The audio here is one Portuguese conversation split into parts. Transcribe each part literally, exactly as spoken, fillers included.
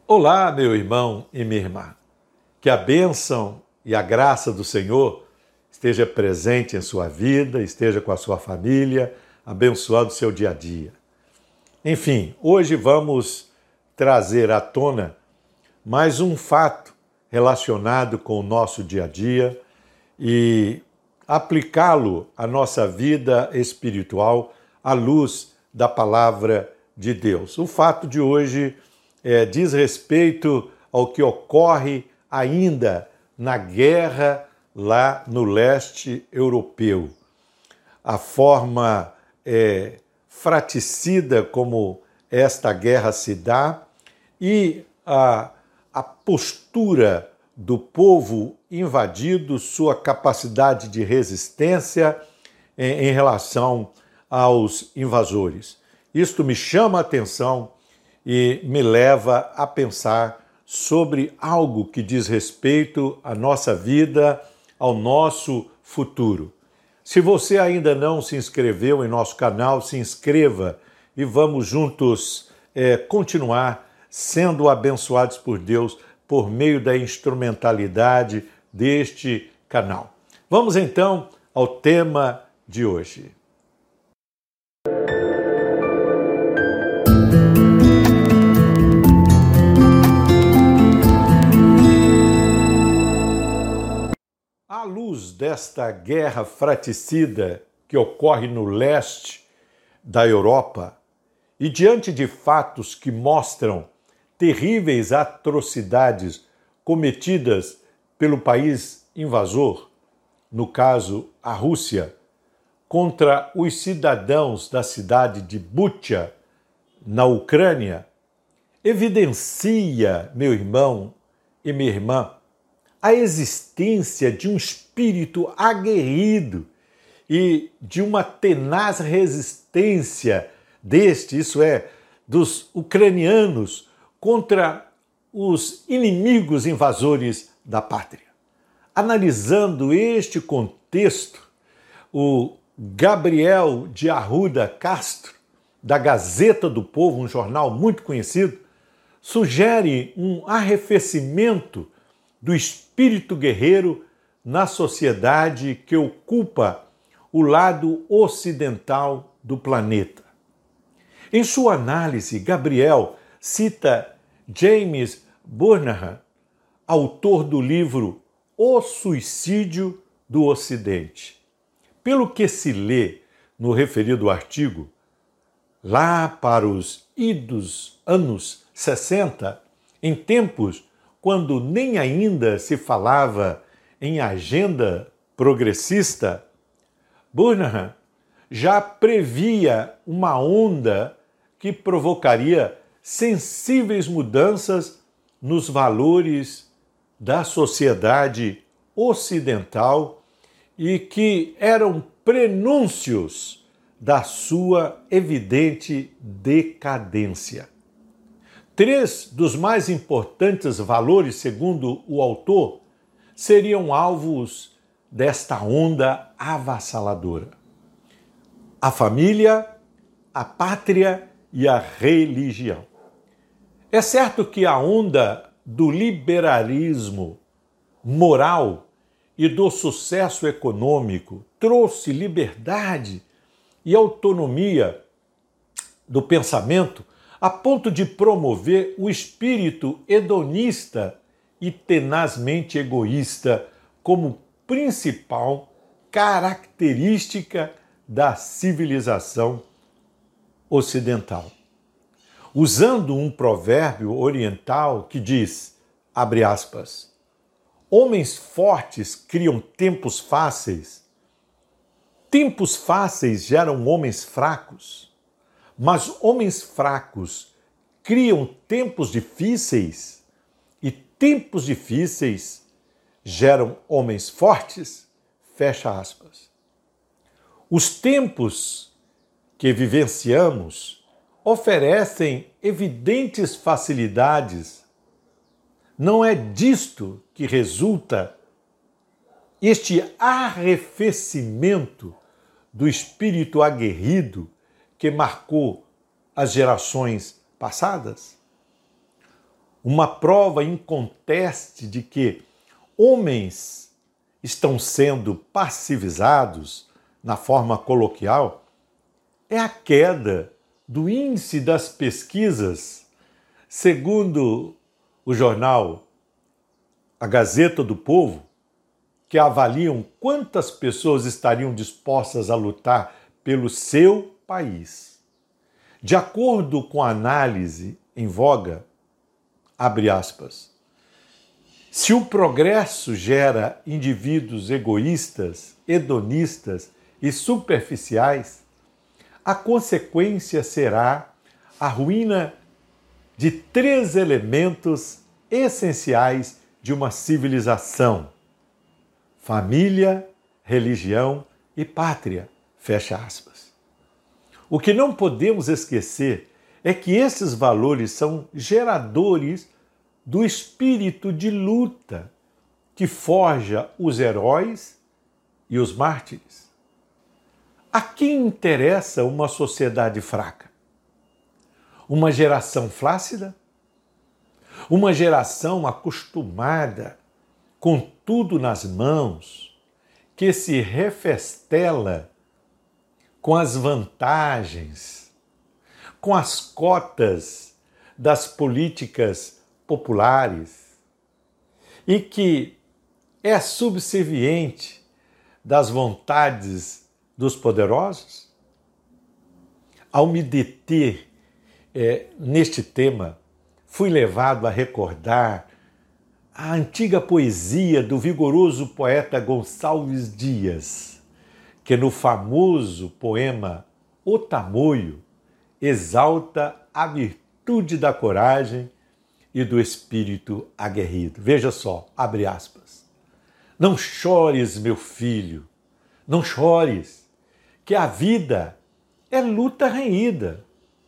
Olá, meu irmão e minha irmã. Que a bênção e a graça do Senhor esteja presente em sua vida, esteja com a sua família, abençoando o seu dia a dia. Enfim, hoje vamos trazer à tona mais um fato relacionado com o nosso dia a dia e aplicá-lo à nossa vida espiritual à luz da palavra de Deus. O fato de hoje é, diz respeito ao que ocorre ainda na guerra lá no leste europeu. A forma é, fraticida como esta guerra se dá e a, a postura do povo invadido, sua capacidade de resistência em, em relação aos invasores. Isto me chama a atenção e me leva a pensar sobre algo que diz respeito à nossa vida, ao nosso futuro. Se você ainda não se inscreveu em nosso canal, se inscreva e vamos juntos é, continuar sendo abençoados por Deus por meio da instrumentalidade deste canal. Vamos então ao tema de hoje. À luz desta guerra fraticida que ocorre no leste da Europa e diante de fatos que mostram terríveis atrocidades cometidas pelo país invasor, no caso a Rússia, contra os cidadãos da cidade de Bucha, na Ucrânia, evidencia, meu irmão e minha irmã, a existência de um espírito aguerrido e de uma tenaz resistência deste, isso é, dos ucranianos contra os inimigos invasores da pátria. Analisando este contexto, o Gabriel de Arruda Castro, da Gazeta do Povo, um jornal muito conhecido, sugere um arrefecimento do espírito guerreiro na sociedade que ocupa o lado ocidental do planeta. Em sua análise, Gabriel cita James Burnham, autor do livro O Suicídio do Ocidente. Pelo que se lê no referido artigo, lá para os idos anos sessenta, em tempos quando nem ainda se falava em agenda progressista, Burnham já previa uma onda que provocaria sensíveis mudanças nos valores da sociedade ocidental e que eram prenúncios da sua evidente decadência. Três dos mais importantes valores, segundo o autor, seriam alvos desta onda avassaladora: a família, a pátria e a religião. É certo que a onda do liberalismo moral e do sucesso econômico trouxe liberdade e autonomia do pensamento a ponto de promover o espírito hedonista e tenazmente egoísta como principal característica da civilização ocidental. Usando um provérbio oriental que diz, abre aspas, homens fortes criam tempos fáceis, tempos fáceis geram homens fracos, mas homens fracos criam tempos difíceis e tempos difíceis geram homens fortes, fecha aspas. Os tempos que vivenciamos oferecem evidentes facilidades. Não é disto que resulta este arrefecimento do espírito aguerrido que marcou as gerações passadas? uma prova inconteste de que homens estão sendo passivizados, na forma coloquial, é a queda do índice das pesquisas, segundo o jornal A Gazeta do Povo, que avaliam quantas pessoas estariam dispostas a lutar pelo seu país. De acordo com a análise em voga, abre aspas, se o progresso gera indivíduos egoístas, hedonistas e superficiais, a consequência será a ruína de três elementos essenciais de uma civilização: família, religião e pátria, fecha aspas. O que não podemos esquecer é que esses valores são geradores do espírito de luta que forja os heróis e os mártires. A quem interessa uma sociedade fraca? Uma geração flácida? Uma geração acostumada com tudo nas mãos, que se refestela com as vantagens, com as cotas das políticas populares e que é subserviente das vontades dos poderosos? Ao me deter é, neste tema, fui levado a recordar a antiga poesia do vigoroso poeta Gonçalves Dias, que no famoso poema O Tamoio exalta a virtude da coragem e do espírito aguerrido. Veja só, abre aspas. Não chores, meu filho, não chores, que a vida é luta renhida.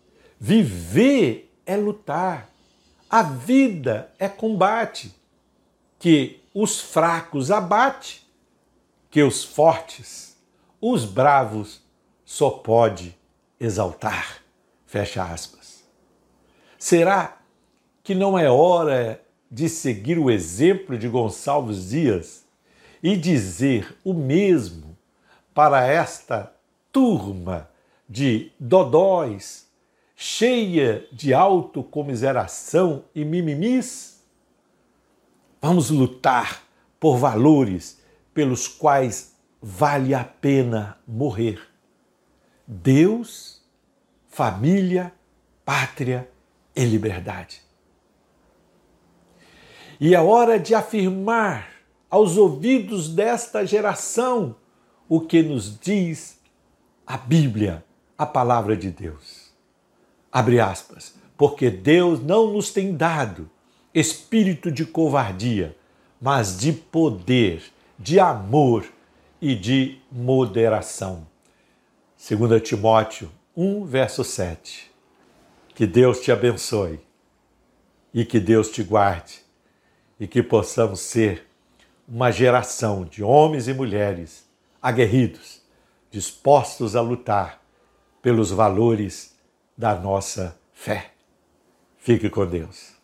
Viver é lutar. A vida é combate, que os fracos abate, que os fortes, os bravos, só pode exaltar. Fecha aspas. Será que não é hora de seguir o exemplo de Gonçalves Dias e dizer o mesmo para esta turma de dodóis, cheia de autocomiseração e mimimis? Vamos lutar por valores pelos quais vale a pena morrer. Deus, família, pátria e liberdade. E é hora de afirmar aos ouvidos desta geração o que nos diz a Bíblia, a palavra de Deus. Abre aspas, porque Deus não nos tem dado espírito de covardia, mas de poder, de amor e de moderação. Segundo Timóteo um, verso sete. Que Deus te abençoe e que Deus te guarde e que possamos ser uma geração de homens e mulheres aguerridos, dispostos a lutar pelos valores da nossa fé. Fique com Deus.